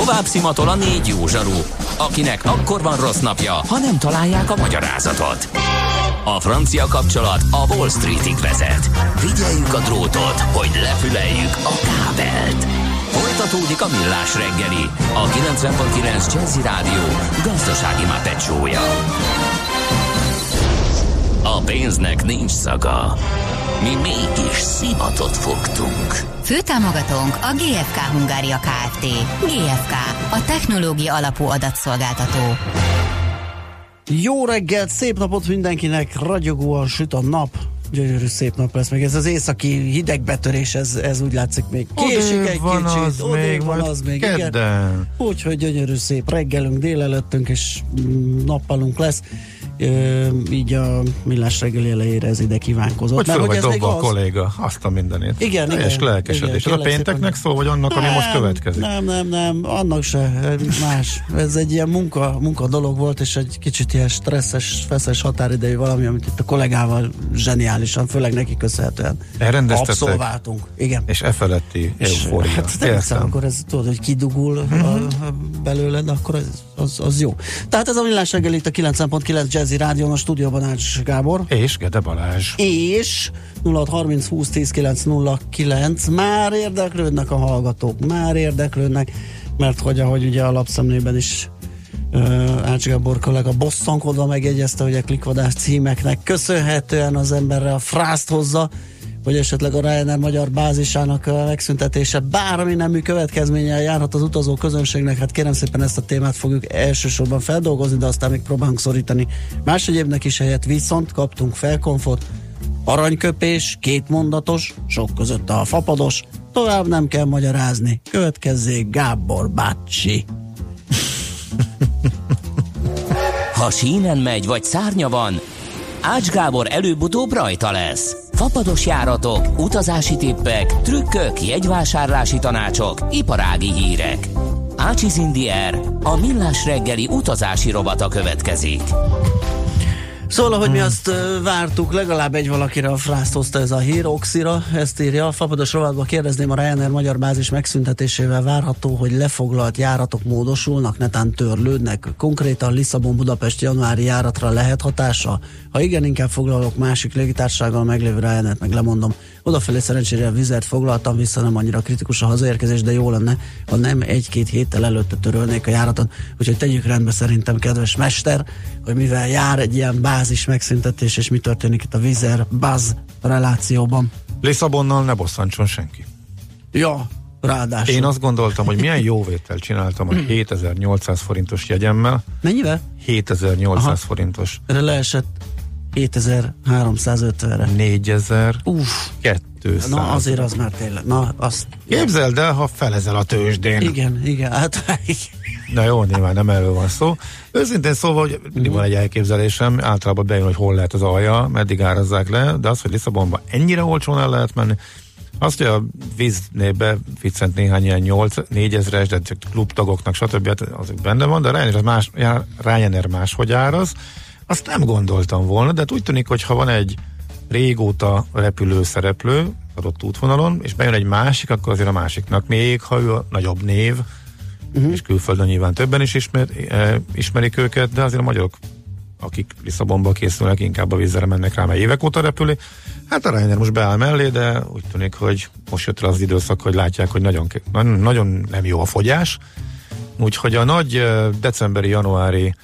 Tovább szimatol a 4 jó zsaru, akinek akkor van rossz napja, ha nem találják a magyarázatot. A francia kapcsolat a Wall Streetig vezet. Figyeljük a drótot, hogy lefüleljük a kábelt. Folytatódik a Millás reggeli, a 90.9 Jazzy Rádió gazdasági mápecsója. A pénznek nincs szaga. Mi mégis szimatot fogtunk. Főtámogatónk a GFK Hungária Kft. GFK, a technológia alapú adatszolgáltató. Jó reggelt, szép napot mindenkinek, ragyogóan süt a nap. Gyönyörű szép nap lesz, még ez az északi hidegbetörés, ez úgy látszik még késik egy kicsit, odébb van az még, igen. Úgyhogy gyönyörű szép reggelünk, délelőttünk és nappalunk lesz. Így a Millás reggeli elejére ez ide kívánkozott. Hogy föl vagy dobva a kolléga, azt a mindenét. Igen, teljes lelkesedés. Ez a pénteknek szól, vagy annak, ami most következik? Nem, annak se, más. Ez egy ilyen munka dolog volt, és egy kicsit ilyen stresszes, feszes határidejű valami, amit itt a kollégával zseniálisan, főleg neki köszönhetően abszolváltunk. Igen. És e feletti eufória. Hát nem akkor ez tudod, hogy kidugul belőled, akkor az jó. Tehát ez a Millás reggeli itt a 9.9 Jazzy Rádión, a stúdióban Ács Gábor. És Gede Balázs. És 0630 20 10 909. Már érdeklődnek a hallgatók, mert hogy ahogy ugye a lapszemlében is Ács Gábor kollega bosszankodva megjegyezte, hogy a klikvadás címeknek köszönhetően az emberre a frászt hozza, hogy esetleg a Ryanair magyar bázisának a megszüntetése bármi nemű következménnyel járhat az utazó közönségnek. Hát kérem szépen, ezt a témát fogjuk elsősorban feldolgozni, de aztán még próbálunk szorítani más egyébnek is helyett, viszont kaptunk felkonfot, aranyköpés, 2 mondatos, sok között a fapados, tovább nem kell magyarázni, következzék Gábor bácsi. Ha sínen megy, vagy szárnya van, Ács Gábor előbb-utóbb rajta lesz. Fapados járatok, utazási tippek, trükkök, jegyvásárlási tanácsok, iparági hírek. Ácsiz in the Air, a Millás reggeli utazási rovata következik. Szóval, hogy mi azt vártuk, legalább egy valakire a frászt hozta ez a hír, Oxira, ezt írja. A fapados rovatba kérdezném, a Ryanair magyar bázis megszüntetésével várható, hogy lefoglalt járatok módosulnak, netán törlődnek. Konkrétan Lisszabon-Budapest januári járatra lehet hatása? Ha igen, inkább foglalok másik légitársasággal, meglévő Ryanair-t meg lemondom. Odafelé szerencsére a Vizert foglaltam vissza, nem annyira kritikus a hazaérkezés, de jó lenne, ha nem 1-2 héttel előtte törölnék a járaton. Úgyhogy tegyük rendbe szerintem, kedves mester, hogy mivel jár egy ilyen bázis megszüntetés, és mi történik itt a Vizer-Buzz relációban. Lisszabonnal ne bosszantson senki. Ja, ráadásul. Én azt gondoltam, hogy milyen jóvétel csináltam a 7800 forintos jegyemmel. Mennyivel? 7800 forintos. Erre leesett 7350-re. 4200. Na azért az már tényleg. Na, azt... Képzeld el, ha felezel a tőzsdén. Igen, hát... Na jó, nyilván nem erről van szó. Őszintén szóval, hogy mindig van egy elképzelésem, általában bejön, hogy hol lehet az alja, meddig árazzák le, de az, hogy Lisszabonban ennyire olcsón el lehet menni, azt, hogy a víznébe viccent néhány ilyen 4000-es, de csak klubtagoknak, stb. Azok benne van, de Ryanair máshogy áraz, azt nem gondoltam volna, de úgy tűnik, hogy ha van egy régóta repülő szereplő adott útvonalon, és bejön egy másik, akkor azért a másiknak még, ha ő a nagyobb név, és külföldön nyilván többen is ismerik őket, de azért a magyarok, akik Lisszabonba készülnek, inkább a vízre mennek rá, mert évek óta repüli. Hát a Ryanair most beáll mellé, de úgy tűnik, hogy most jött el az időszak, hogy látják, hogy nagyon nem jó a fogyás. Úgyhogy a nagy decemberi-januári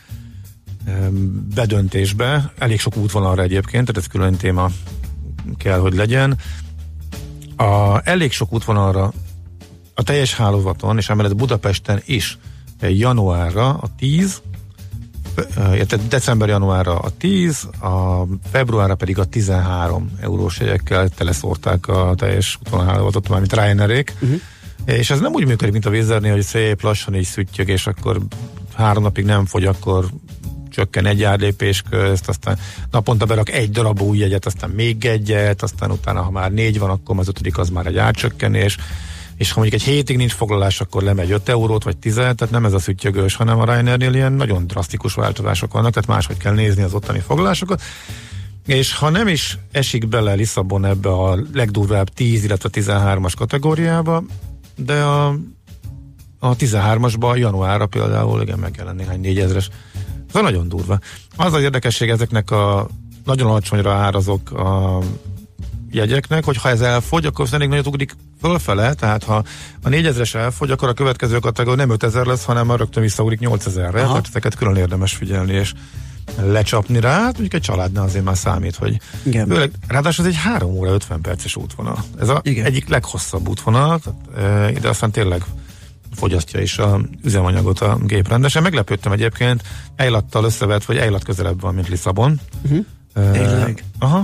bedöntésbe, elég sok útvonalra egyébként, tehát ez külön téma kell, hogy legyen. Elég sok útvonalra a teljes hálózaton, és emellett Budapesten is januárra a 10, december-januárra a 10, a februárra pedig a 13 eurós jegyekkel teleszórták a teljes útvonalhálózatot, mármint Ryanairék. És ez nem úgy működik, mint a Vizernél, hogy szép lassan így szüttyög, és akkor 3 napig nem fogy, akkor csökken egy árlépés közt, aztán naponta berak egy darab új jegyet, aztán még egyet, aztán utána, ha már 4 van, akkor az 5. az már egy árcsökkenés, és ha mondjuk egy hétig nincs foglalás, akkor lemegy 5 eurót, vagy 10, tehát nem ez a szüttyögős, hanem a Ryanairnél ilyen nagyon drasztikus változások vannak, tehát máshogy kell nézni az ottani foglalásokat, és ha nem is esik bele Lisszabon ebbe a legdurvább 10, illetve 13-as kategóriába, de a 13-asban januárra például, igen, megjelen néhány 4000-es. Ez nagyon durva. Az az érdekesség ezeknek a nagyon alacsonyra árazok a jegyeknek, hogy ha ez elfogy, akkor elég nagyot ugrik fölfele, tehát ha a 4000-es elfogy, akkor a következő kategória nem 5000 lesz, hanem már rögtön visszaugrik 8000-re, tehát ezeket külön érdemes figyelni, és lecsapni rá, hát mondjuk egy családnál azért már számít, hogy főleg, ráadásul ez egy 3 óra 50 perces útvonal. Ez az egyik leghosszabb útvonal, ide aztán tényleg fogyasztja is az üzemanyagot a gép rendesen. Meglepődtem egyébként, Eilattal összevet, vagy Eilat közelebb van, mint Lisszabon. Aha.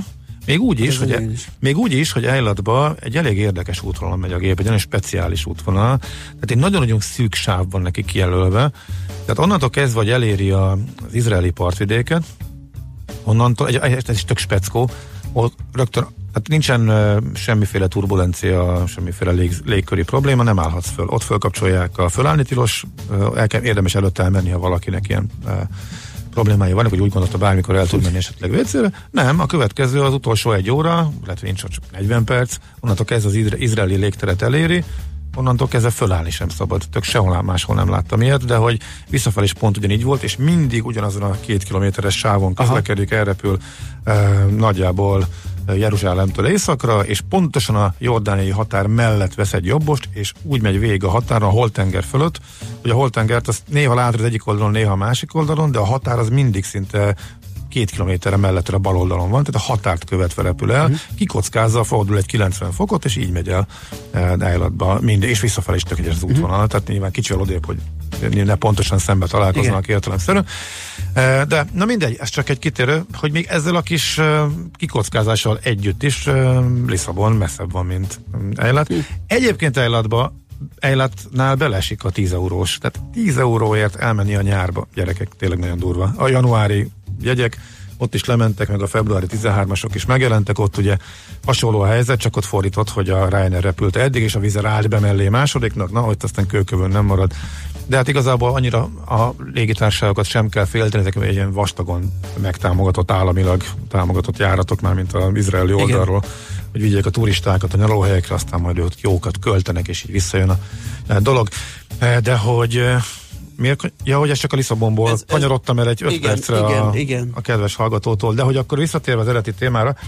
Még úgy is, hogy Eilatba egy elég érdekes útvonal megy a gép, egy olyan speciális útvonal, tehát egy nagyon-nagyon szűk sáv van neki kijelölve, tehát onnantól kezdve, hogy eléri az izraeli partvidéket, onnantól, ez is tök speckó, ott rögtön, tehát nincsen semmiféle turbulencia, semmiféle légköri probléma, nem állhatsz föl. Ott fölkapcsolják a fölállni tilos, érdemes előtt elmenni, ha valakinek ilyen problémái vannak, hogy úgy gondolta bármikor el tud menni esetleg WC-re. Nem, a következő az utolsó 1 óra, illetve nincs csak 40 perc, onnantól kezdve az izraeli légteret eléri, onnantól kezdve fölállni sem szabad. Tök sehol máshol nem láttam ilyet, de hogy visszafelé is pont ugyanígy volt, és mindig ugyanazon a 2 kilométeres sávon közlekedik, elrepül nagyjából Jeruzsálemtől északra, és pontosan a jordániai határ mellett vesz egy jobbost, és úgy megy végig a határon, a Holtenger fölött, hogy a Holtengert az néha látod az egyik oldalon, néha a másik oldalon, de a határ az mindig szinte 2 kilométerre mellettre a bal oldalon van, tehát a határt követve repül el, kikockázza, fordul egy 90 fokot, és így megy el Eilatba, és visszafelé is tökéletes az útvonal, tehát nyilván kicsivel odébb, hogy ne pontosan szembe találkoznak értelemszerűen. De na mindegy, ez csak egy kitérő, hogy még ezzel a kis kikockázással együtt is Lisszabon messzebb van, mint Eilat. Egyébként Eilatnál belesik a 10 eurós, tehát 10 euróért elmenni a nyárba, gyerekek, tényleg nagyon durva. A januári jegyek ott is lementek, meg a februári 13-asok is megjelentek, ott ugye hasonló a helyzet, csak ott fordított, hogy a Ryanair repült eddig, és a Wizz Air állt be mellé másodiknak, na, ott aztán kőkövön nem marad. De hát igazából annyira a légitársaságokat sem kell félteni, ezek egy ilyen vastagon megtámogatott, államilag támogatott járatok, már mint az izraeli oldalról, hogy vigyék a turistákat a nyaralóhelyekre, aztán majd ott jókat költenek, és így visszajön a dolog. De hogy miért? Ja, hogy ez csak a Lisszabonból kanyarodtam el egy 5 percre a kedves hallgatótól, de hogy akkor visszatérve az eredeti témára,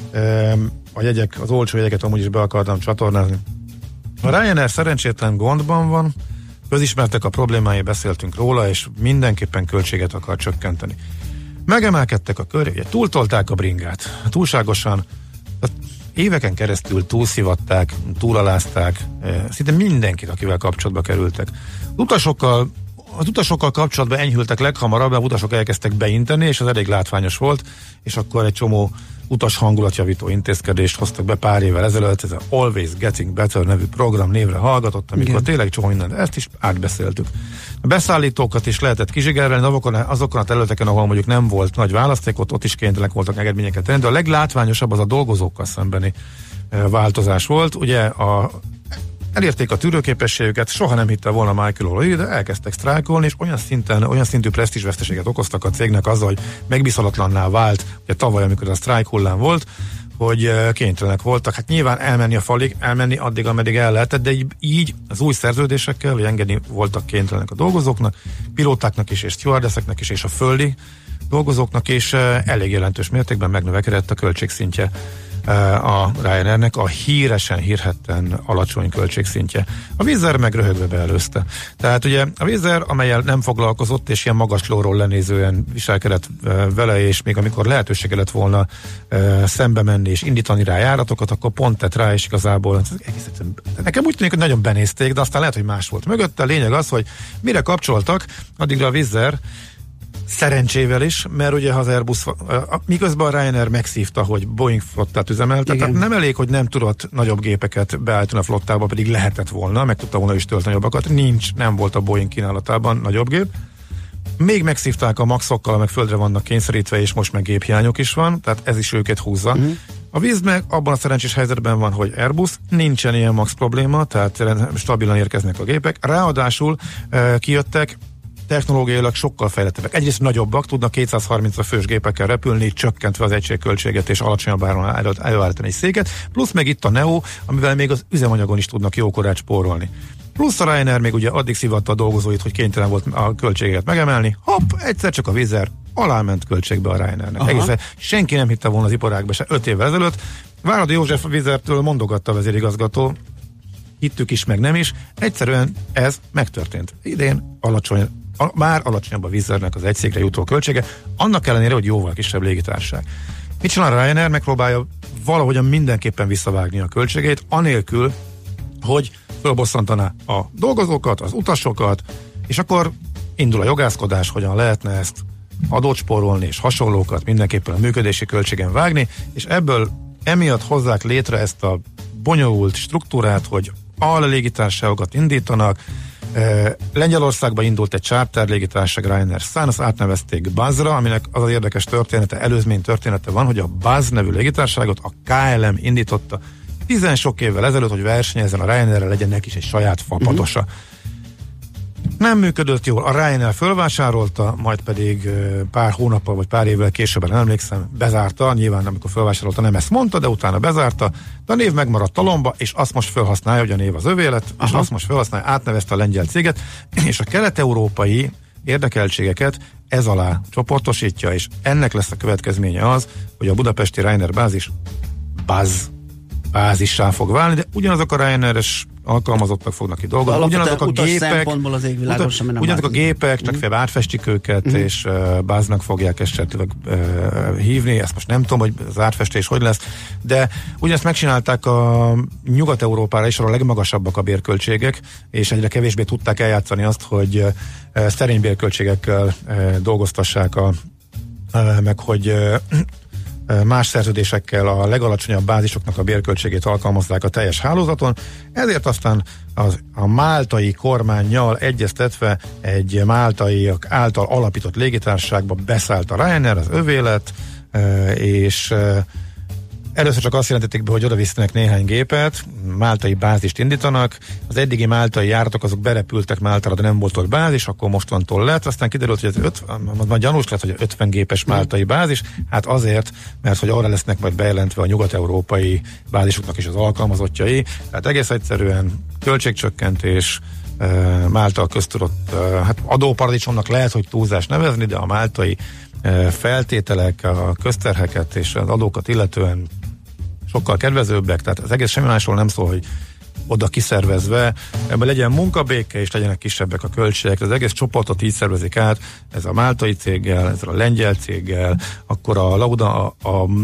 a jegyek, az olcsó jegyeket amúgy is be akartam csatornázni. A Ryanair szerencsétlen gondban van, közismertek a problémái, beszéltünk róla, és mindenképpen költséget akar csökkenteni. Megemelkedtek a köré, túltolták a bringát, túlságosan, éveken keresztül túlszivatták, túlalázták, szinte mindenkit, akivel kapcsolatba kerültek. Az utasokkal kapcsolatban enyhültek leghamarabb, mert utasok elkezdtek beinteni, és az elég látványos volt, és akkor egy csomó utas hangulatjavító intézkedést hoztak be pár évvel ezelőtt, ez a Always Getting Better nevű program névre hallgatott, amikor tényleg csomó minden, ezt is átbeszéltük. A beszállítókat is lehetett kizsigerelni, azokon a területeken, ahol mondjuk nem volt nagy választék, ott is kénytelenek voltak engedményeket tenni, de a leglátványosabb az a dolgozókkal szembeni változás volt. Ugye elérték a tűrőképességüket, soha nem hitte volna Michael O'Leary, de elkezdtek sztrájkolni, és olyan szintű presztízsveszteséget okoztak a cégnek azzal, hogy megbízhatatlanná vált, ugye tavaly, amikor a sztrájk hullám volt, hogy kénytelenek voltak, hát nyilván elmenni a falig, elmenni addig, ameddig el lehetett, de így az új szerződésekkel, hogy engedni voltak kénytelenek a dolgozóknak, pilótáknak is, és stewardesseknek is, és a földi dolgozóknak, és elég jelentős mértékben megnövekedett a költségszintje a Ryanairnek, a hírhetten alacsony költségszintje. A Wizz Air meg röhögve beelőzte. Tehát ugye a Wizz Air, amellyel nem foglalkozott, és ilyen magas lóról lenézően viselkedett vele, és még amikor lehetősége lett volna szembe menni és indítani rá járatokat, akkor pont tett rá, és igazából nekem úgy tűnik, hogy nagyon benézték, de aztán lehet, hogy más volt mögötte. A lényeg az, hogy mire kapcsoltak, addigra a Wizz Air szerencsével is, mert ugye az Airbus, miközben a Ryanair megszívta, hogy Boeing flottát üzemeltet, tehát nem elég, hogy nem tudott nagyobb gépeket beállítani a flottába, pedig lehetett volna, meg tudta volna is tölteni nagyobbakat, nem volt a Boeing kínálatában nagyobb gép. Még megszívták a maxokkal, amelyek földre vannak kényszerítve, és most meg géphiányok is van, tehát ez is őket húzza. A Wizz meg abban a szerencsés helyzetben van, hogy Airbus, nincsen ilyen max probléma, tehát stabilan érkeznek a gépek, ráadásul kijöttek technológiailag sokkal fejlettebbek. Egyrészt nagyobbak, tudnak 230 fős gépekkel repülni, csökkentve az egységköltséget és alacsonyabb áron előállítani egy széket, plusz meg itt a Neo, amivel még az üzemanyagon is tudnak jókorát spórolni. Plusz a Ryanair még ugye addig szivatta a dolgozóit, hogy kénytelen volt a költségeket megemelni. Hopp, egyszer csak a Wizz Air aláment költségbe a Ryanairnek. Egészen senki nem hitte volna az iparágba se 5 évvel ezelőtt. Váradi József a Wizz Airtől mondogatta a vezérigazgató, hittük is, meg nem is. Egyszerűen ez megtörtént. Idén már alacsonyabb a Wizz Airnek az egyszékre jutó költsége, annak ellenére, hogy jóval kisebb légitársaság. Mit csinál a Ryanair? Megpróbálja valahogyan mindenképpen visszavágni a költségeit, anélkül, hogy fölbosszantaná a dolgozókat, az utasokat, és akkor indul a jogászkodás, hogyan lehetne ezt adót spórolni, és hasonlókat mindenképpen a működési költségen vágni, és ebből emiatt hozzák létre ezt a bonyolult struktúrát, hogy légitársaságokat indítanak. Lengyelországban indult egy charter légitársaság, Ryanair Sun, azt átnevezték Buzzra, aminek az érdekes története, előzmény története van, hogy a Buzz nevű légitársaságot a KLM indította 10 sok évvel ezelőtt, hogy versenyezzen a Ryanairrel, legyen neki is egy saját fapadosa. Nem működött jól, a Ryanair fölvásárolta, majd pedig pár hónappal vagy pár évvel később, nem emlékszem, bezárta, nyilván amikor fölvásárolta nem ezt mondta, de utána bezárta, de a név megmaradt talomba, és azt most felhasználja, hogy a név az övé lett, és azt most felhasználja, átnevezte a lengyel céget, és a kelet-európai érdekeltségeket ez alá csoportosítja, és ennek lesz a következménye az, hogy a budapesti Ryanair bázis bázissá fog válni, de ugyanazok a Ryanair-es alkalmazottak fognak ki dolgozni. Ugyanazok a gépek, ugyanazok a gépek, csak fél átfestik őket, és Buzznak fogják esetleg hívni, ezt most nem tudom, hogy az átfestés hogy lesz, de ugyanezt megcsinálták a Nyugat-Európára is, ahol a legmagasabbak a bérköltségek, és egyre kevésbé tudták eljátszani azt, hogy szerény bérköltségekkel dolgoztassák meg hogy más szerződésekkel a legalacsonyabb bázisoknak a bérköltségét alkalmazzák a teljes hálózaton, ezért aztán a máltai kormánnyal egyeztetve egy máltaiak által alapított légitársaságba beszállt a Ryanair, az övé lett, és először csak azt jelentették be, hogy oda visznek néhány gépet, máltai bázist indítanak, az eddigi máltai járatok azok berepültek Máltára, de nem volt ott bázis, akkor mostantól lett, aztán kiderült, hogy az gyanús lett, hogy 50 gépes máltai bázis, hát azért, mert hogy arra lesznek majd bejelentve a nyugat-európai bázisoknak is az alkalmazottjai, tehát egész egyszerűen költségcsökkentés, Málta a köztudott, hát adóparadicsomnak lehet, hogy túlzás nevezni, de a máltai feltételek, a közterheket és az adókat illetően sokkal kedvezőbbek, tehát az egész semmi másról nem szól, hogy oda kiszervezve, ebben legyen munkabéke és legyenek kisebbek a költségek, az egész csoportot így szervezik át, ez a máltai céggel, ez a lengyel céggel, akkor a Lauda,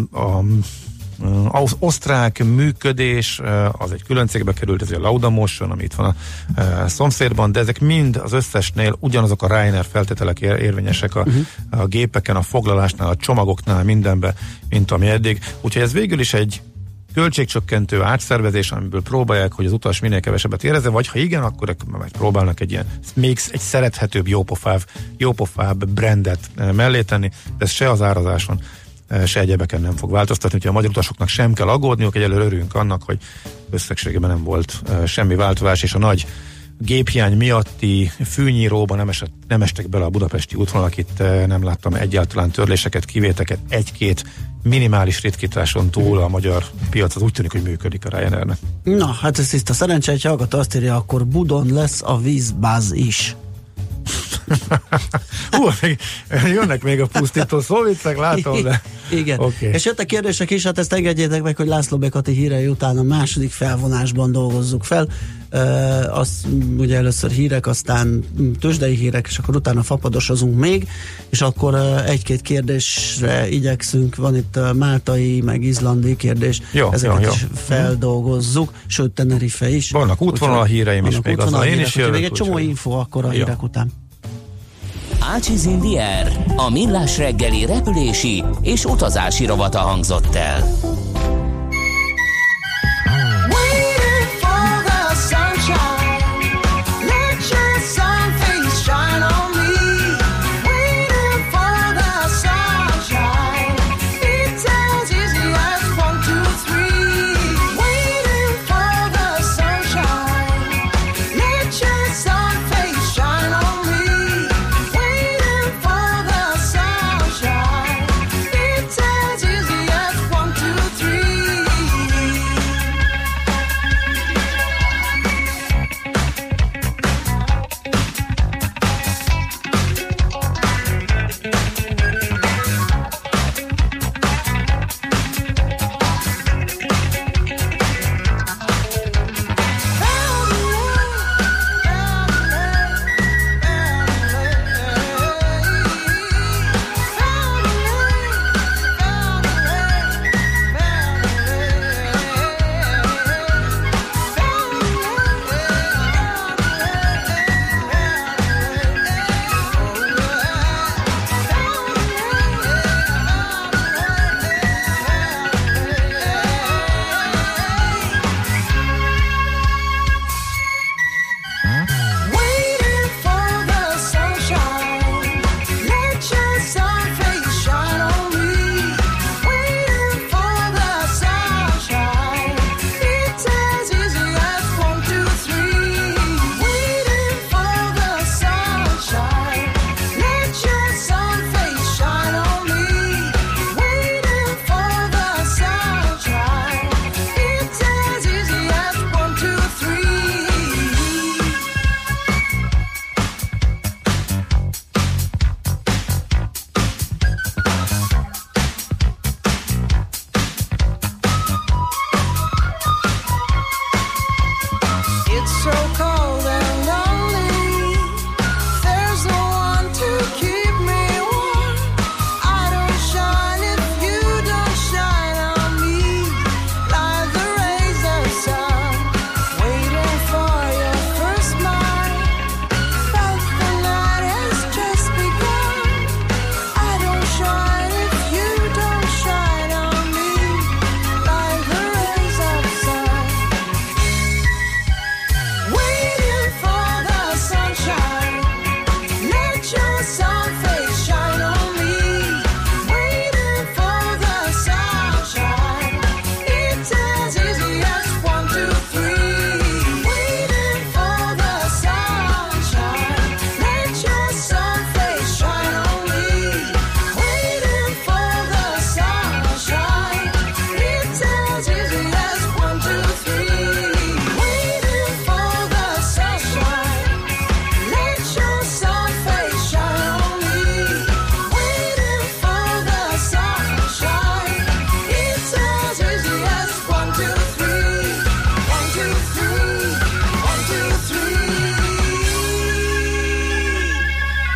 az osztrák működés, az egy külön cégbe került, ez a Lauda Motion, ami itt van a szomszédban, de ezek mind az összesnél ugyanazok a Ryanair feltételek érvényesek a gépeken, a foglalásnál, a csomagoknál, mindenben, mint ami eddig. Úgyhogy ez végül is egy költségcsökkentő átszervezés, amiből próbálják, hogy az utas minél kevesebbet érezze, vagy ha igen, akkor majd próbálnak egy ilyen, még egy szerethetőbb, jópofább brandet mellé tenni, de ez se az árazáson, se egyebeken nem fog változtatni, úgyhogy a magyar utasoknak sem kell aggódniuk, egyelőre örülünk annak, hogy összegségében nem volt semmi változás, és a nagy géphiány miatti fűnyíróban nem estek bele a budapesti útvonalak, itt nem láttam egyáltalán törléseket, kivéteket, egy-két minimális ritkításon túl a magyar piac az úgy tűnik, hogy működik a Ryanairnek. Na, hát ez tiszta szerencse, egy hallgató azt írja, akkor Budon lesz a vízbáz is. Jönnek még a pusztító szóviccek, látom, de... Igen. Okay. És jöttek kérdések is, hát ezt engedjétek meg, hogy László Bekati hírei után a második felvonásban dolgozzuk fel. Az ugye először hírek, aztán tőzsdei hírek, és akkor utána fapadosozunk még, és akkor egy-két kérdésre igyekszünk, van itt máltai, meg izlandi kérdés, ezeket is feldolgozzuk, sőt Tenerife is. Vannak útvonal híreim is, még az én is jövök. Még egy csomó info akkor a hírek után. Ácsiz in the Air, a millás reggeli repülési és utazási rovata hangzott el.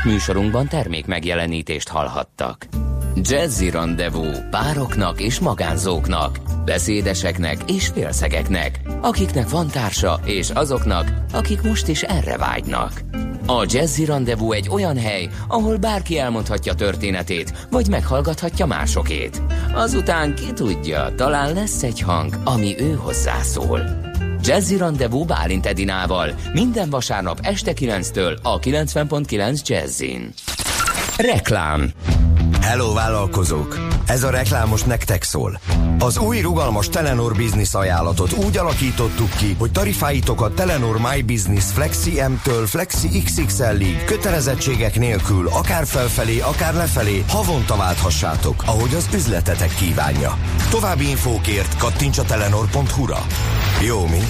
Műsorunkban termék megjelenítést hallhattak. Jazzy Rendezvú pároknak és magánzóknak, beszédeseknek és félszegeknek, akiknek van társa és azoknak, akik most is erre vágynak. A Jazzy Rendezvú egy olyan hely, ahol bárki elmondhatja történetét, vagy meghallgathatja másokét. Azután ki tudja, talán lesz egy hang, ami ő hozzászól. Jazzy Rendezvú Bálint Edinával minden vasárnap este 9-től a 90.9 Jazzin. Reklám. Hello vállalkozók! Ez a reklám most nektek szól. Az új rugalmas Telenor Business ajánlatot úgy alakítottuk ki, hogy tarifáitokat Telenor My Business Flexi M-től Flexi XXL-ig kötelezettségek nélkül akár felfelé, akár lefelé havonta válthassátok, ahogy az üzletetek kívánja. További infókért kattints a telenor.hu-ra. Jó, mi?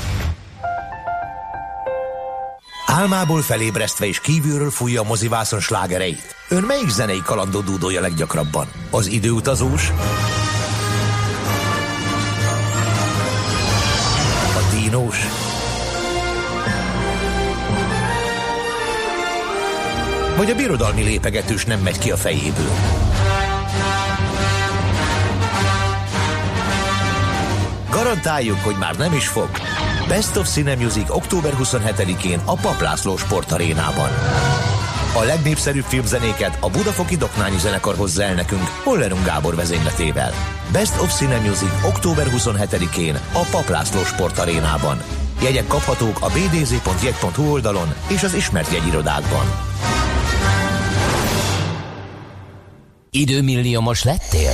Álmából felébresztve és kívülről fújja a mozivászon slágereit. Ön melyik zenei kalandot dúdolja leggyakrabban? Az időutazós? A dínós? Vagy a birodalmi lépegetős nem megy ki a fejéből? Garantáljuk, hogy már nem is fog. Best of Cine Music október 27-én a Papp László Sportarénában. A legnépszerűbb filmzenéket a Budafoki Doknányi Zenekar hozza el nekünk Hollerung Gábor vezényletével. Best of Cine Music október 27-én a Papp László Sportarénában. Jegyek kaphatók a bdz.jegy.hu oldalon és az ismert jegyirodákban. Időmilliómos lettél?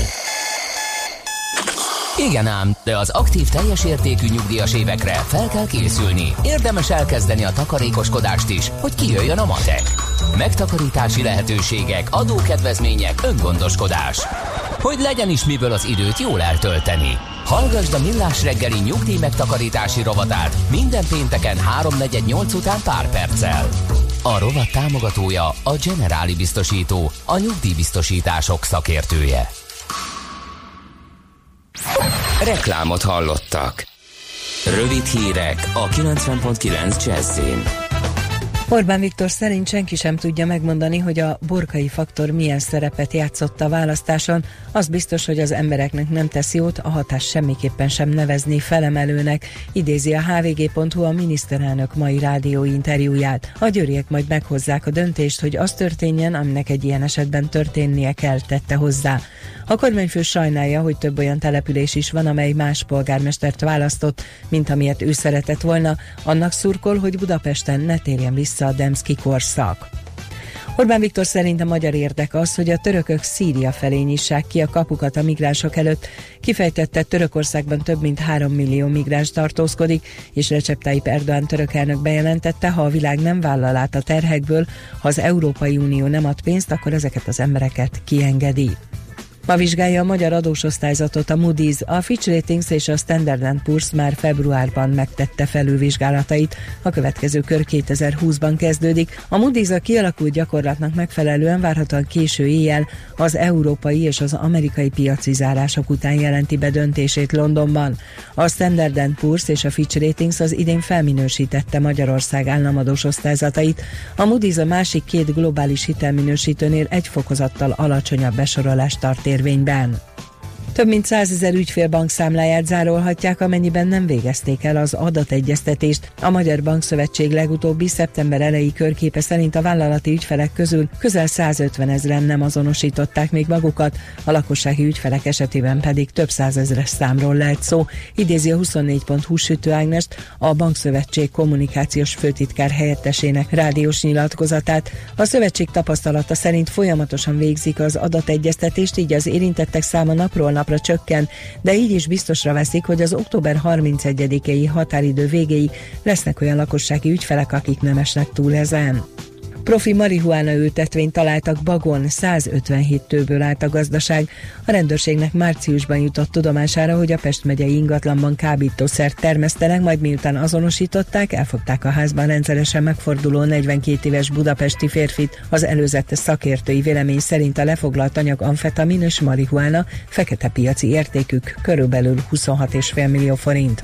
Igen ám, de az aktív teljes értékű nyugdíjas évekre fel kell készülni. Érdemes elkezdeni a takarékoskodást is, hogy kijöjjön a matek. Megtakarítási lehetőségek, adókedvezmények, öngondoskodás. Hogy legyen is miből az időt jól eltölteni. Hallgasd a Millás reggeli nyugdíj megtakarítási rovatát minden pénteken 3-4-8 után pár perccel. A rovat támogatója a Generáli biztosító, a nyugdíjbiztosítások szakértője. Reklámot hallottak. Rövid hírek a 90.9 Jazzin. Orbán Viktor szerint senki sem tudja megmondani, hogy a borkai faktor milyen szerepet játszott a választáson. Az biztos, hogy az embereknek nem tesz jót, a hatás semmiképpen sem nevezni felemelőnek, idézi a hvg.hu a miniszterelnök mai rádióinterjúját. A győriek majd meghozzák a döntést, hogy az történjen, aminek egy ilyen esetben történnie kell, tette hozzá. A kormányfő sajnálja, hogy több olyan település is van, amely más polgármestert választott, mint amilyet ő szeretett volna. Annak szurkol, hogy Budapesten ne térjen vissza a Demszky korszak. Orbán Viktor szerint a magyar érdek az, hogy a törökök Szíria felé nyissák ki a kapukat a migránsok előtt. Kifejtette, Törökországban több mint 3 millió migráns tartózkodik, és Recep Tayyip Erdoğan török elnök bejelentette, ha a világ nem vállal át a terhekből, ha az Európai Unió nem ad pénzt, akkor ezeket az embereket kiengedi. Ma vizsgálja a magyar adósosztályzatot a Moody's, a Fitch Ratings és a Standard & Poor's már februárban megtette felülvizsgálatait. A következő kör 2020-ban kezdődik. A Moody's a kialakult gyakorlatnak megfelelően várhatóan késő éjjel az európai és az amerikai piaci zárások után jelenti be döntését Londonban. A Standard & Poor's és a Fitch Ratings az idén felminősítette Magyarország államadósosztályzatait. A Moody's a másik két globális hitelminősítőnél egy fokozattal alacsonyabb besorolást tart érvényben. Több mint 100 000 ügyfél bankszámláját zárolhatják, amennyiben nem végezték el az adategyeztetést. A Magyar Bankszövetség legutóbbi szeptember elejé körképe szerint a vállalati ügyfelek közül közel 150 000-en nem azonosították még magukat, a lakossági ügyfelek esetében pedig több 100 000-es számról lehet szó, idézi a 24.hu Sütő Ágnest, a Bankszövetség kommunikációs főtitkár helyettesének rádiós nyilatkozatát. A szövetség tapasztalata szerint folyamatosan végzik az adategyeztetést, így az érintettek száma napról napra csökken, de így is biztosra veszik, hogy az október 31-i határidő végéig lesznek olyan lakossági ügyfelek, akik nem esnek túl ezen. Profi marihuána ültetvényt találtak Bagon, 157 tőből állt a gazdaság. A rendőrségnek márciusban jutott tudomására, hogy a Pest megyei ingatlanban kábítószert termesztenek, majd miután azonosították, elfogták a házban rendszeresen megforduló 42 éves budapesti férfit. Az előzetes szakértői vélemény szerint a lefoglalt anyag amfetamin és marihuána, fekete piaci értékük körülbelül 26,5 millió forint.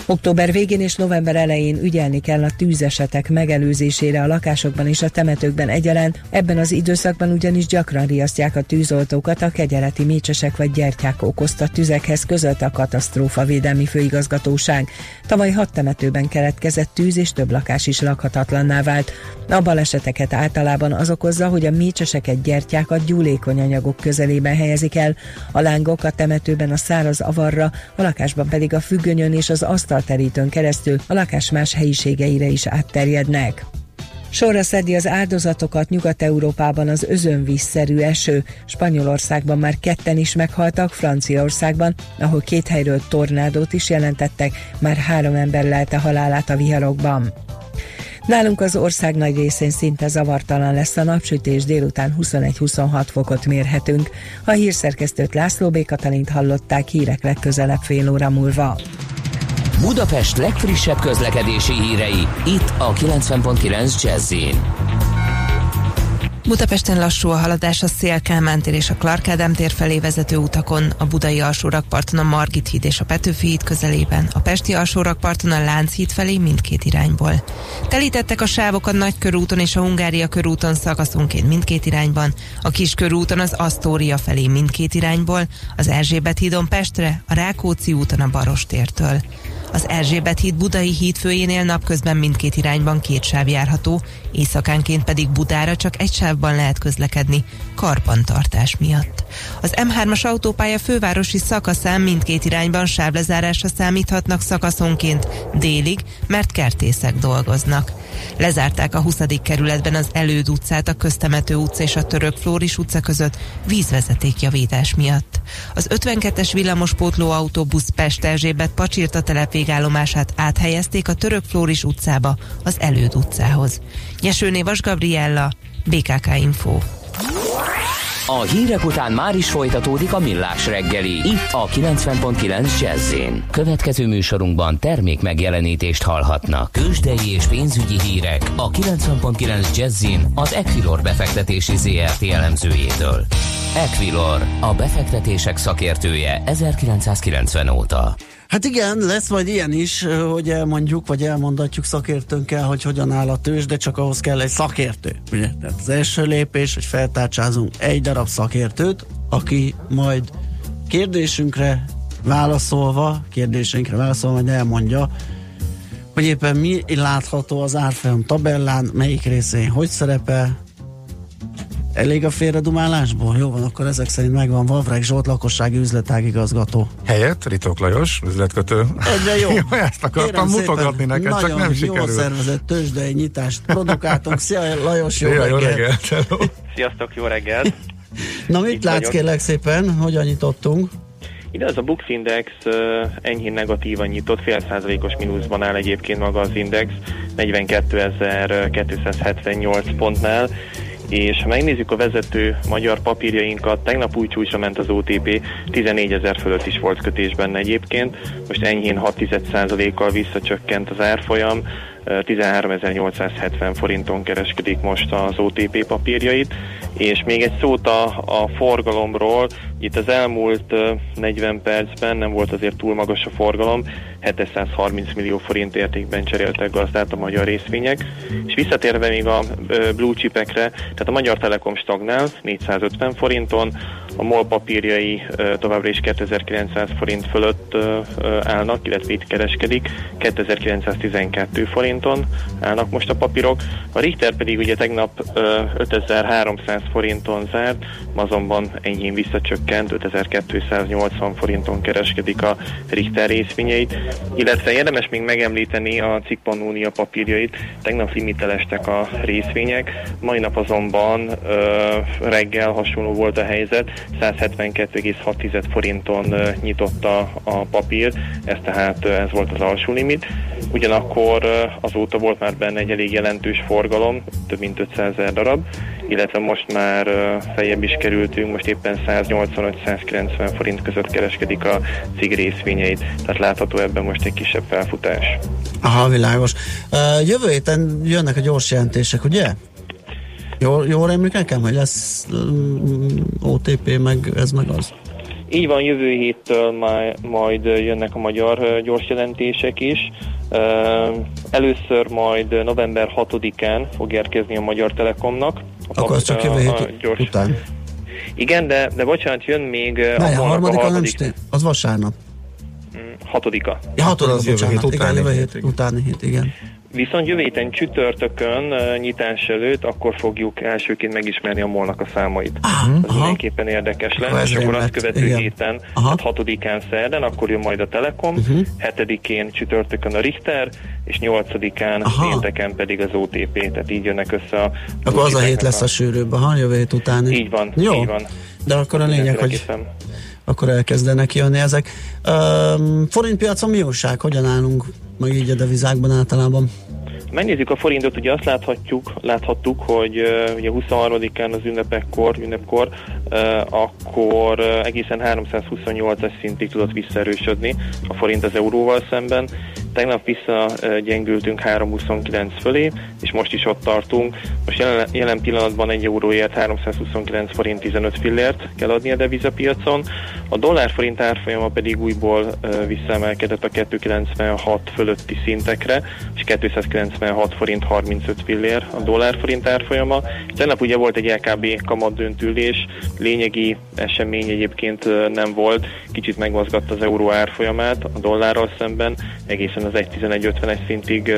Október végén és november elején ügyelni kell a tűzesetek megelőzésére a lakásokban és a temetőkben egyaránt, ebben az időszakban ugyanis gyakran riasztják a tűzoltókat a kegyeleti mécsesek vagy gyertyák okozta tüzekhez, közölte a Katasztrófavédelmi Főigazgatóság. Tavaly 6 temetőben keletkezett tűz és több lakás is lakhatatlanná vált. A baleseteket általában az okozza, hogy a mécseseket, gyertyákat gyúlékony anyagok közelében helyezik el, a lángok a temetőben a száraz avarra, a lakásban pedig a függönyön és az asztalterítőn keresztül a lakás más helyiségeire is átterjednek. Sorra szedi az áldozatokat Nyugat-Európában az özönvízszerű eső. Spanyolországban már 2 is meghaltak, Franciaországban, ahol 2 helyről tornádót is jelentettek, már 3 ember lelte halálát a viharokban. Nálunk az ország nagy részén szinte zavartalan lesz a napsütés, délután 21-26 fokot mérhetünk. A hírszerkesztőt, László B. Katalint hallották, hírek legközelebb fél óra múlva. Budapest legfrissebb közlekedési hírei, itt a 90.9 Jazz-in. Budapesten lassú a haladás a Széll-Kálmán tér és a Clark Ádám tér felé vezető utakon, a budai alsórakparton a Margit híd és a Petőfi híd közelében, a pesti alsórakparton a Lánchíd felé mindkét irányból. Telítettek a sávok a Nagykörúton és a Hungária körúton szakaszonként mindkét irányban, a Kiskörúton az Asztória felé mindkét irányból, az Erzsébet hídon Pestre, a Rákóczi úton a Barostértől. Az Erzsébet híd Budai hídfőjénél napközben mindkét irányban 2 sáv járható, éjszakánként pedig Budára csak egy sávban lehet közlekedni, karbantartás miatt. Az M3-as autópálya fővárosi szakaszán mindkét irányban sávlezárásra számíthatnak szakaszonként délig, mert kertészek dolgoznak. Lezárták a 20. kerületben az Előd utcát, a Köztemető utca és a Török Flóris utca között vízvezetékjavítás miatt. Az 52-es villamospótló autóbusz Pest-Erzsébet-Pacsirta telepvégállomását áthelyezték a Török Flóris utcába, az Előd utcához. Nyesőné Vas Gabriella, BKK Info. A hírek után már is folytatódik a Millás reggeli, itt a 90.9 Jazz-in. Következő műsorunkban termék megjelenítést hallhatnak. Tőzsdei és pénzügyi hírek a 90.9 Jazz-in az Equilor befektetési ZRT elemzőjétől. Equilor, a befektetések szakértője 1990 óta. Hát igen, lesz majd ilyen is, hogy elmondjuk, vagy elmondatjuk szakértőnkkel, hogy hogyan áll a tőzs, de csak ahhoz kell egy szakértő. Ugye? Tehát az első lépés, hogy feltárcsázunk egy darab szakértőt, aki majd kérdéseinkre válaszolva majd elmondja, hogy éppen mi látható az árfolyam tabellán, melyik részén hogy szerepel. Elég a félredumálásból? Jó van, akkor ezek szerint megvan Vavreg Zsolt, lakossági üzletágigazgató. Helyett Ritók Lajos, üzletkötő. Egyre jó. Jó, ezt akartam mutogatni neked, csak nem sikerült. Nagyon jól szervezett tőzsdei nyitást produkáltunk. Szia Lajos, jó reggelt! Sziasztok, jó reggelt! Na mit látsz kérlek szépen, hogyan nyitottunk? Ide az a Bux Index enyhén negatívan nyitott, 0,5%-os mínuszban áll egyébként maga az index, 42.278 pontnál, és ha megnézzük a vezető magyar papírjainkat, tegnap új csúcsra ment az OTP, 14.000 fölött is volt kötés benne egyébként, most enyhén 6,1%-kal visszacsökkent az árfolyam, 13.870 forinton kereskedik most az OTP papírjait, és még egy szót a forgalomról, itt az elmúlt 40 percben nem volt azért túl magas a forgalom, 730 millió forint értékben cseréltek gazdát a magyar részvények, és visszatérve még a blue chipekre, tehát a Magyar Telekom stagnál 450 forinton, a MOL papírjai továbbra is 2900 forint fölött állnak, illetve itt kereskedik, 2912 forinton állnak most a papírok, a Richter pedig ugye tegnap 5300 forinton zárt, azonban enyhén visszacsökkent, 5280 forinton kereskedik a Richter részvényeit, illetve érdemes még megemlíteni a Cikk.Unia papírjait, tegnap limitelestek a részvények, mai nap azonban reggel hasonló volt a helyzet, 172,6 forinton nyitott a papír, ez volt az alsó limit, ugyanakkor azóta volt már benne egy elég jelentős forgalom, több mint 500 000 darab, illetve most már feljebb is kerültünk, most éppen 185-190 forint között kereskedik a Cikk részvényeit, tehát látható ebben most egy kisebb felfutás. Aha, világos. Jövő héten jönnek a gyors jelentések, ugye? Jól emlékszem, hogy lesz OTP, meg ez meg az? Így van, jövő héttől majd jönnek a magyar gyors jelentések is. Először majd november 6-án fog érkezni a Magyar Telekomnak. Akkor az csak jövő hét után. Igen, de bocsánat, jön még a harmadika nem stél, az vasárnap. 6-a. Ja, 6-a, bocsánat, igen, jövő hét utáni hét, igen. Viszont jövő héten csütörtökön nyitás előtt akkor fogjuk elsőként megismerni a MOL-nak a számait. Az mindenképpen érdekes lesz, és akkor azt követő héten, hát 6-án szerdán, akkor jön majd a Telekom, 7-én csütörtökön a Richter, és 8-án pénteken pedig az OTP, tehát így jönnek össze a... Akkor az a hét lesz a sűrűbb, jövő hét utáni. Így van, jó. Így van. De akkor a lényeg, hogy akkor elkezdenek jönni ezek. Forintpiacon mi újság? Hogyan állunk meg így a devizákban általában? Megnézzük a forintot, ugye azt láthattuk, hogy ugye 23-án az ünnepkor, akkor egészen 328-as szintig tudott visszaerősödni a forint az euróval szemben. Tegnap visszagyengültünk 3,29 fölé, és most is ott tartunk. Most jelen pillanatban 1 euróért 329 forint 15 fillért kell adni a devizapiacon. A dollár-forint árfolyama pedig újból visszaemelkedett a 2,96 fölötti szintekre, és 296 forint 35 fillér a dollár-forint árfolyama. Tegnap ugye volt egy LKB kamatdöntülés, lényegi esemény egyébként nem volt, kicsit megmozgatta az euró árfolyamát a dollárral szemben, egészen az 1,1150-es szintig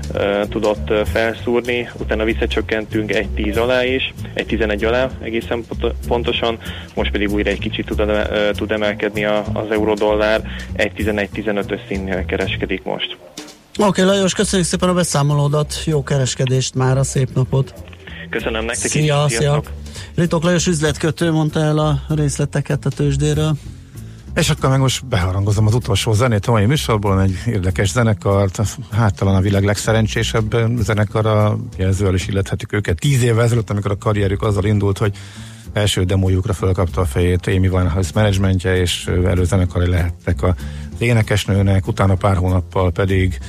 tudott felszúrni, utána visszacsökkentünk 1,10 alá is, 1,11 alá egészen pontosan, most pedig újra egy kicsit tud emelkedni az euró-dollár, 1,11-15-ös szintnél kereskedik most. Oké, Lajos, köszönjük szépen a beszámolódat, jó kereskedést mára, szép napot! Köszönöm nektek is, szia! Ritók Lajos üzletkötő mondta el a részleteket a tőzsdéről. És akkor meg most beharangozom az utolsó zenét a mai műsorból, egy érdekes zenekart, hát talán a világ legszerencsésebb zenekara, jelzővel is illethetjük őket. 10 évvel ezelőtt, amikor a karrierük azzal indult, hogy első demójukra felkapta a fejét Amy Winehouse menedzsmentje, és előzenekari lehettek az énekesnőnek, utána pár hónappal pedig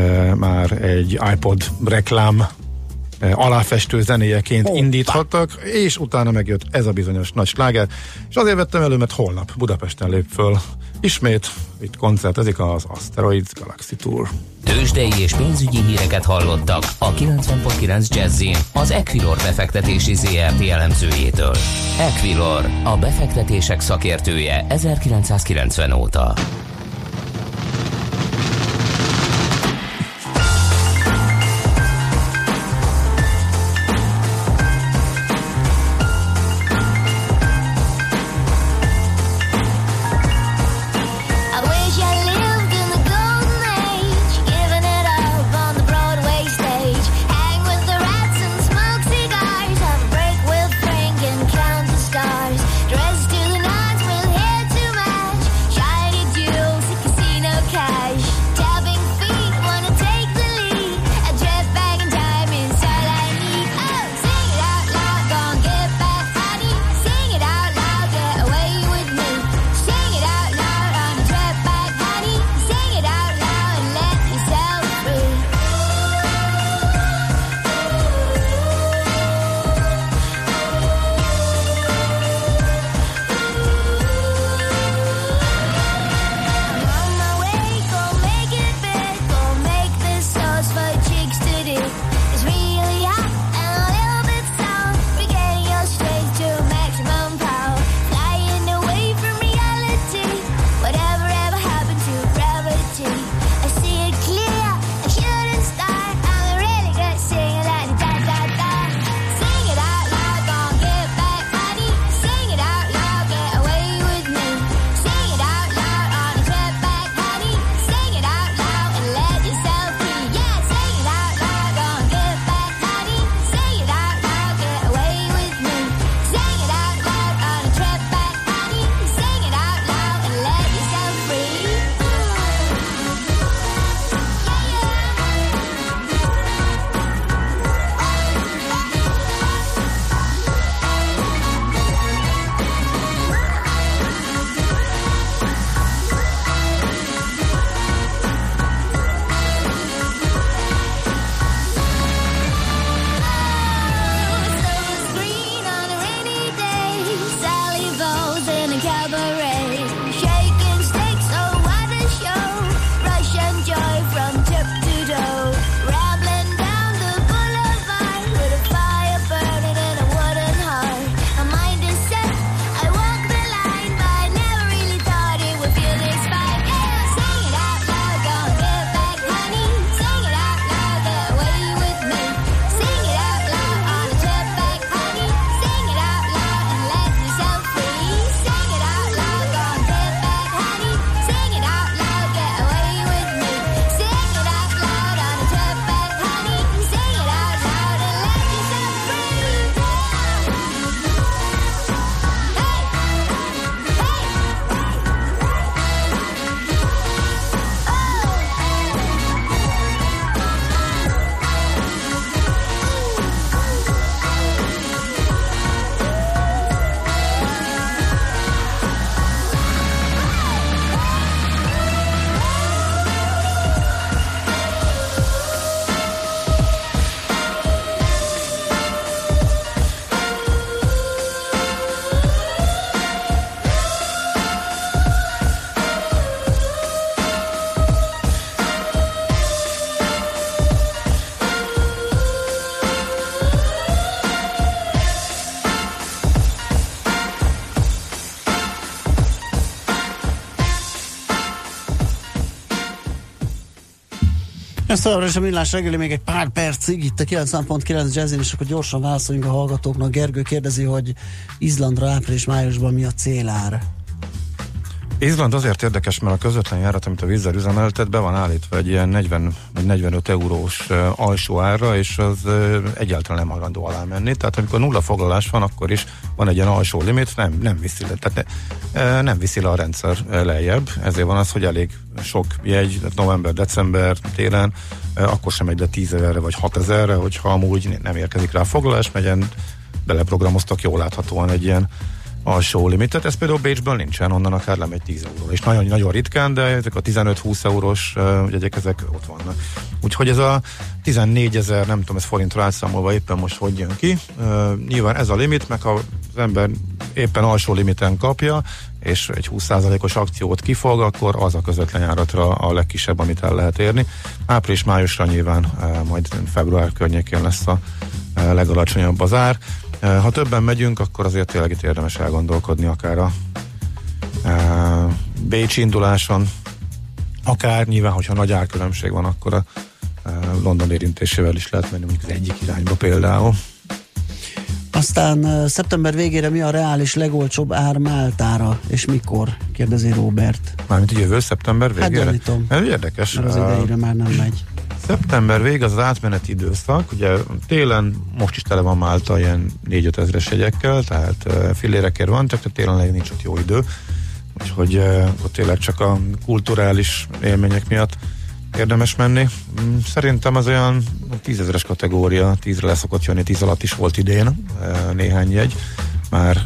már egy iPod reklám aláfestő zenéjeként indíthattak, és utána megjött ez a bizonyos nagy sláger, és azért vettem elő, mert holnap Budapesten lép föl ismét, itt koncertezik az Asteroids Galaxy Tour. Tőzsdei és pénzügyi híreket hallottak a 90.9 Jazzin az Equilor befektetési ZRT elemzőjétől. Equilor, a befektetések szakértője 1990 óta. Dressed to the nines with hair to match, shiny dew Ez továbbra is a Millás reggeli, még egy pár percig itt a 90.9 Jazzin, és akkor gyorsan válaszoljunk a hallgatóknak. Gergő kérdezi, hogy Izlandra április-májusban mi a célár? Izland azért érdekes, mert a közvetlen járat, amit a Wizz Air üzemeltet, be van állítva egy ilyen 40 vagy 45 eurós alsó árra, és az egyáltalán nem hajlandó alá menni. Tehát amikor nulla foglalás van, akkor is van egy ilyen alsó limit, nem viszi le. Tehát nem viszi le a rendszer lejjebb. Ezért van az, hogy elég sok jegy, november, december, télen, akkor sem megy le 10 000-re vagy 6 000-re, hogyha amúgy nem érkezik rá a foglalás, megyen beleprogramoztak jól láthatóan egy ilyen alsó limitet. Ez például Bécsből nincsen, onnan akár lemegy 10 euró. És nagyon-nagyon ritkán, de ezek a 15-20 eurós jegyek, ezek ott vannak. Úgyhogy ez a 14 000, nem tudom, ez forintra átszámolva éppen most hogy jön ki. Nyilván ez a limit, meg ha az ember éppen alsó limiten kapja, és egy 20%-os akciót kifog, akkor az a közvetlen járatra a legkisebb, amit el lehet érni. Április-májusra nyilván majd február környékén lesz a legalacsonyabb az ár. Ha többen megyünk, akkor azért tényleg itt érdemes elgondolkodni akár a bécsi induláson, akár nyilván, hogyha nagy árkülönbség van, akkor a London érintésével is lehet menni mondjuk az egyik irányba például. Aztán szeptember végére mi a reális legolcsóbb ár Máltára, és mikor? Kérdezi Robert. Mármint jövő szeptember végére? Hát gyanítom. Ez érdekes. Mert az idejére már nem megy. Szeptember vég az átmeneti időszak, ugye télen most is tele van Málta ilyen 4-5 ezres jegyekkel, tehát fillérekért van, csak télen nincs ott jó idő, úgyhogy ott tényleg csak a kulturális élmények miatt érdemes menni. Szerintem az olyan 10 000-es kategória, 10-re leszokott jönni, 10 alatt is volt idén néhány jegy, már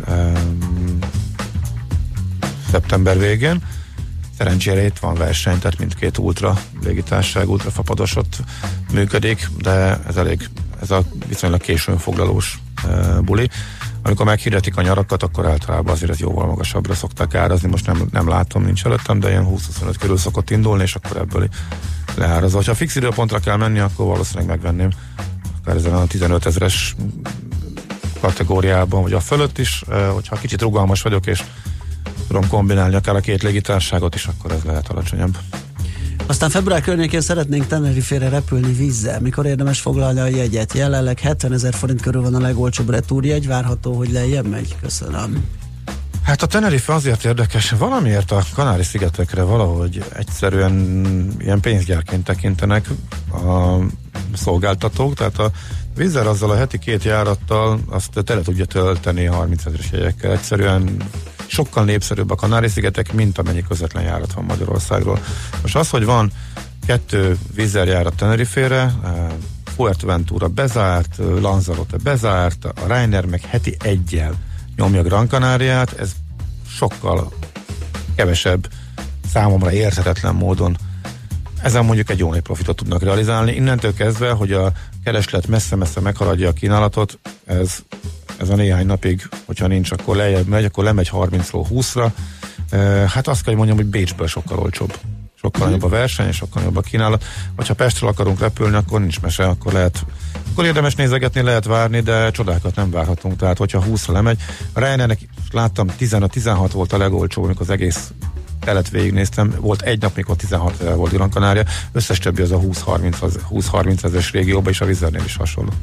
szeptember végén. Szerencsére itt van verseny, tehát mindkét ultra légitársaság, ultrafapados ott működik, de ez a viszonylag későn foglalós buli. Amikor meghirdetik a nyarakat, akkor általában azért ez jóval magasabbra szokták árazni, most nem látom, nincs előttem, de ilyen 20-25 körül szokott indulni, és akkor ebből leárazza. Ha fix időpontra kell menni, akkor valószínűleg megvenném akár ezen a 15 000-es kategóriában, vagy a fölött is, hogyha kicsit rugalmas vagyok, és tudom kombinálni akár a két légitársaságot is, akkor ez lehet alacsonyabb. Aztán február környékén szeretnénk Tenerife-re repülni vízzel. Mikor érdemes foglalni a jegyet? Jelenleg 70 000 forint körül van a legolcsóbb retúrjegy, várható, hogy lejjebb megy? Köszönöm. Hát a Tenerife azért érdekes, valamiért a Kanári-szigetekre valahogy egyszerűen ilyen pénzgyárként tekintenek a szolgáltatók, tehát a Wizz Air azzal a heti 2 járattal azt tele tudja tölteni 30 000-es jegyekkel. Egyszerűen sokkal népszerűbb a Kanári-szigetek, mint amennyi közvetlen járat van Magyarországról. Most az, hogy van 2 Wizz Air járat Tenerife-re, Fuerteventura bezárt, Lanzarote bezárt, a Ryanair meg heti 1-jel nyomja Gran Canariát, ez sokkal kevesebb, számomra érthetetlen módon. Ezen mondjuk egy jó nagy profitot tudnak realizálni. Innentől kezdve, hogy a kereslet messze-messze meghaladja a kínálatot, ez a néhány napig, hogyha nincs, akkor lejjebb megy, akkor lemegy 30-ról 20-ra. Hát azt kell, hogy mondjam, hogy Bécsből sokkal olcsóbb. Sokkal nagyobb a verseny, és sokkal nagyobb a kínálat. Vagy ha Pestről akarunk repülni, akkor nincs mese, akkor érdemes nézegetni, lehet várni, de csodákat nem várhatunk. Tehát, hogyha 20-ra lemegy. A Ryanairnek láttam, 15-16 volt a legolcsóbb, amikor az egész telet végignéztem. Volt egy nap, mikor 16 000 volt Gran Canaria. Összes többi az a 20-30 ezres régióban, és a Wizz Airnél is hasonló.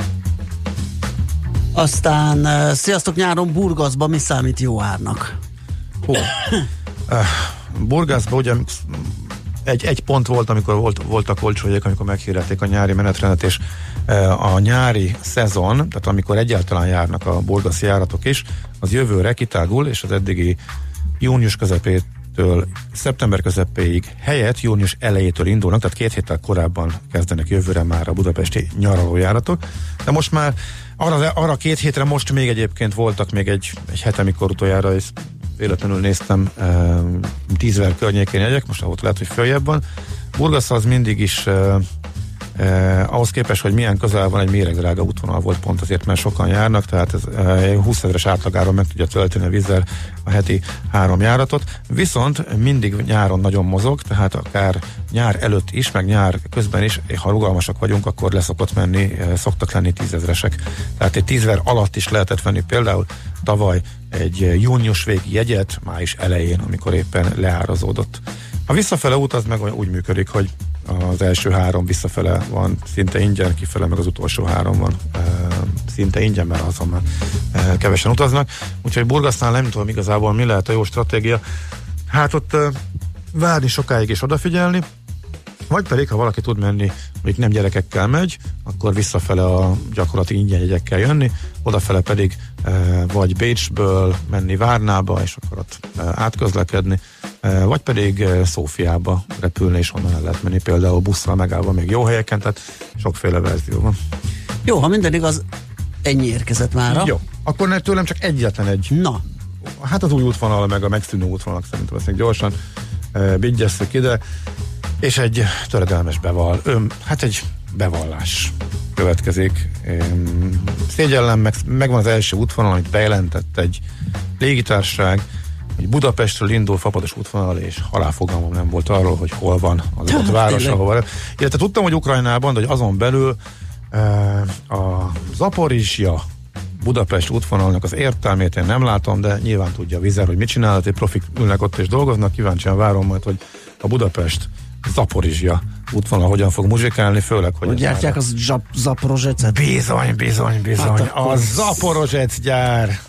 Aztán sziasztok, nyáron Burgaszban mi számít jó árnak? Burgaszban ugye egy pont volt, amikor voltak olcsó jegyek, amikor meghirdették a nyári menetrendet, és a nyári szezon, tehát amikor egyáltalán járnak a burgaszi járatok is, az jövőre kitágul, és az eddigi június közepétől szeptember közepéig helyett június elejétől indulnak, tehát 2 héttel korábban kezdenek jövőre már a budapesti nyaralójáratok, de most már arra 2 hétre most még egyébként voltak még egy hete, mikor utoljára, és véletlenül néztem 10 000 környékén jegyek, most ott lehet, hogy följebb van. Burgasz az mindig is ahhoz képest, hogy milyen közel van, egy méregdrága útvonal volt pont azért, mert sokan járnak, tehát ez 20 000-es átlagáron meg tudja tölteni a Wizz Air a heti 3 járatot, viszont mindig nyáron nagyon mozog, tehát akár nyár előtt is, meg nyár közben is, ha rugalmasak vagyunk, akkor leszokott menni, szoktak lenni 10 000-esek. Tehát egy 10 000 alatt is lehetett venni például tavaly egy június végi jegyet, május elején, amikor éppen leárazódott. A visszafele út az meg úgy működik, hogy az első 3 visszafele van szinte ingyen, kifele meg az utolsó 3 van szinte ingyen, mert azon már kevesen utaznak. Úgyhogy Burgasznál nem tudom igazából mi lehet a jó stratégia. Hát ott várni sokáig és odafigyelni, vagy pedig, ha valaki tud menni, mondjuk nem gyerekekkel megy, akkor visszafele a gyakorlati ingyen jegyekkel jönni, odafele pedig vagy Bécsből menni Várnába, és akkor ott átközlekedni, vagy pedig Szófiába repülni, és onnan el lehet menni, például busszal megállva még jó helyeken, tehát sokféle verzió van. Jó, ha minden igaz, ennyi érkezett mára. Jó, akkor tőlem csak egyetlen egy. Na. Hát az új útvonal, meg a megszűnő útvonalak szerintem azt még gyorsan vigyesszük ide, és egy töredelmes egy bevallás következik. Szégyellem, megvan az első útvonal, amit bejelentett egy légitársaság, hogy Budapestről indul Fapados útvonal, és halálfogalmam nem volt arról, hogy hol van az ott város, ahova. Illetve tudtam, hogy Ukrajnában, de hogy azon belül a Zaporizsja Budapest útvonalnak az értelmét én nem látom, de nyilván tudja a Vizer, hogy mit csinál, hogy profik ülnek ott és dolgoznak, kíváncsian várom majd, hogy a Budapest Zaporizsja útvonal hogyan fog muzsikálni, főleg, hogy gyártják az Zaporozsecet? Bizony. Hát a Zaporozsec gyár.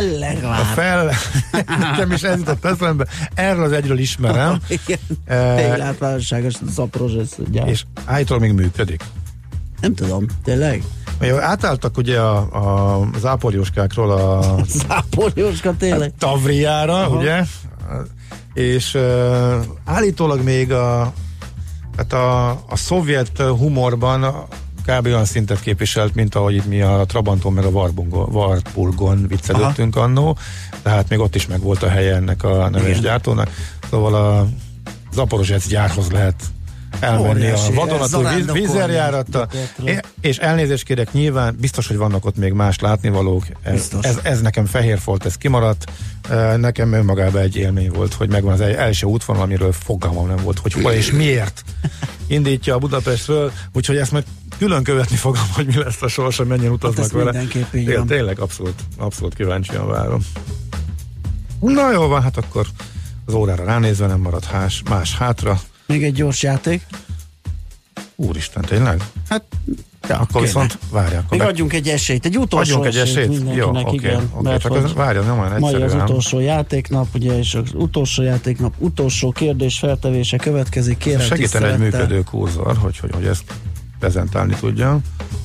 Nekem is ez jutott eszembe. Erről az egyről ismerem. Látványosságos Zaporozsec gyár. És állítólag még működik. Nem tudom, tényleg? Átálltak ugye a záporjóskákról a záporjóska, tényleg? Tavriára, aha, ugye? És állítólag még a szovjet humorban kb. Olyan szintet képviselt, mint ahogy itt mi a Trabanton meg a Warburgon viccelődtünk annó, tehát még ott is meg volt a helye ennek a neves gyártónak. Szóval a Zaporozsec gyárhoz lehet elmenni a vadonatúj vízerjárattal, és elnézést kérek, nyilván biztos, hogy vannak ott még más látnivalók, ez nekem Fehérfolt, ez kimaradt, nekem önmagában egy élmény volt, hogy megvan az első útvonal, amiről fogalmam nem volt, hogy hol és miért indítja a Budapestről, úgyhogy ezt meg külön követni fogom, hogy mi lesz a sorsa, mennyien utaznak vele. Igen, tényleg abszolút kíváncsian várom. Na jó van, hát akkor az órára ránézve nem marad más hátra. Még egy gyors játék. Úristen, tényleg? Hát, ja, akkor viszont várják. Még adjunk egy esélyt, egy utolsó esélyt. Jó, oké. Csak az várja, nem olyan egyszerű. Mai az utolsó játéknap, ugye, és az utolsó játéknap, utolsó kérdés feltevése következik. Kérem, segíten egy működő kurzor, hogy ezt prezentálni tudjam.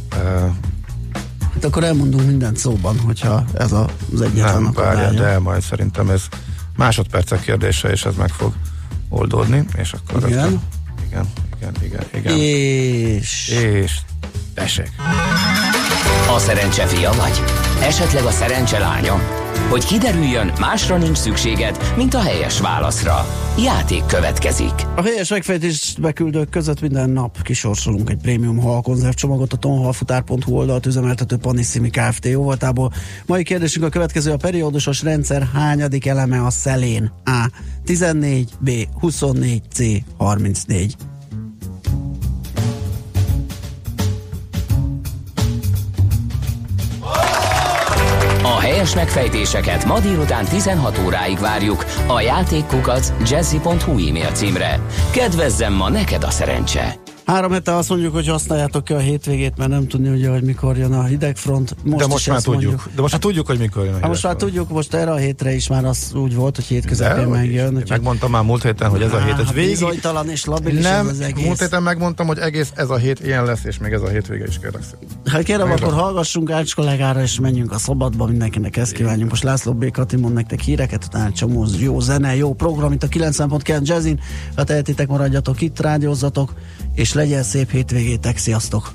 Hát akkor elmondunk mindent szóban, hogyha ez az egyetlen akadálya. Nem, de majd szerintem ez másodpercek kérdése, és ez meg fog oldódni, és akkor igen. Igen. És tessék. A szerencse fia vagy? Esetleg a szerencse lánya? Hogy kiderüljön, másra nincs szükséged, mint a helyes válaszra. Játék következik. A helyes megfejtést beküldők között minden nap kisorsolunk egy prémium halkonzervcsomagot a tonhalfutár.hu oldalt üzemeltető Panissimi Kft. Jóvoltából. Mai kérdésünk a következő: a periódusos rendszer hányadik eleme a szelén? A. 14, B. 24, C. 34. A helyes megfejtéseket ma délután 16 óráig várjuk a játékkukac@jazzy.hu e-mail címre. Kedvezzem ma neked a szerencse! 3 hete azt mondjuk, hogy használjátok ki a hétvégét, mert nem tudni ugye, hogy mikor jön a hidegfront. De most már tudjuk. De most már tudjuk, hogy mikor jön a hidegfront. Most már tudjuk, most erre a hétre is már az úgy volt, hogy hétközepén megjön. Megmondtam már múlt héten, hogy ez a hét egy végig. Bizonytalan és labilis nem, az egész. Múlt héten megmondtam, hogy egész ez a hét ilyen lesz, és még ez a hétvége is kérlek szépen. Hát kérem, akkor hallgassunk Ács kollégára, és menjünk a szabadba, mindenkinek ezt kívánjuk. Most László B. Kati mond nektek híreket, utána csomó jó zene, jó program itt a 90.9 Jazzin. Ha tehetitek, maradjatok itt, rádiózzatok, és legyen szép hétvégétek, sziasztok!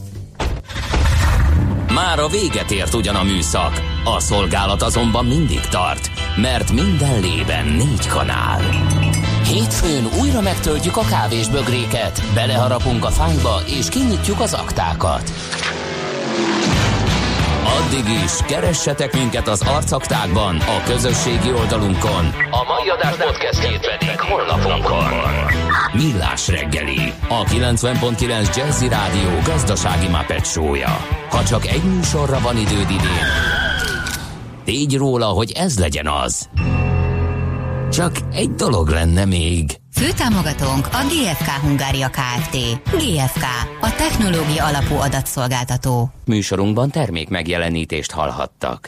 Már a véget ért ugyan a műszak, a szolgálat azonban mindig tart, mert minden lében 4 kanál. Hétfőn újra megtöltjük a kávésbögréket, beleharapunk a fányba és kinyitjuk az aktákat. Addig is keressetek minket az arcaktákban, a közösségi oldalunkon, a mai adás podcastjét pedig honlapunkon. Millás reggeli, a 90.9 Jazzy Rádió gazdasági Muppet show-ja. Ha csak egy műsorra van időd idén, tégy róla, hogy ez legyen az. Csak egy dolog lenne még. Főtámogatónk a GFK Hungária Kft. GFK, a technológia alapú adatszolgáltató. Műsorunkban termék megjelenítést hallhattak.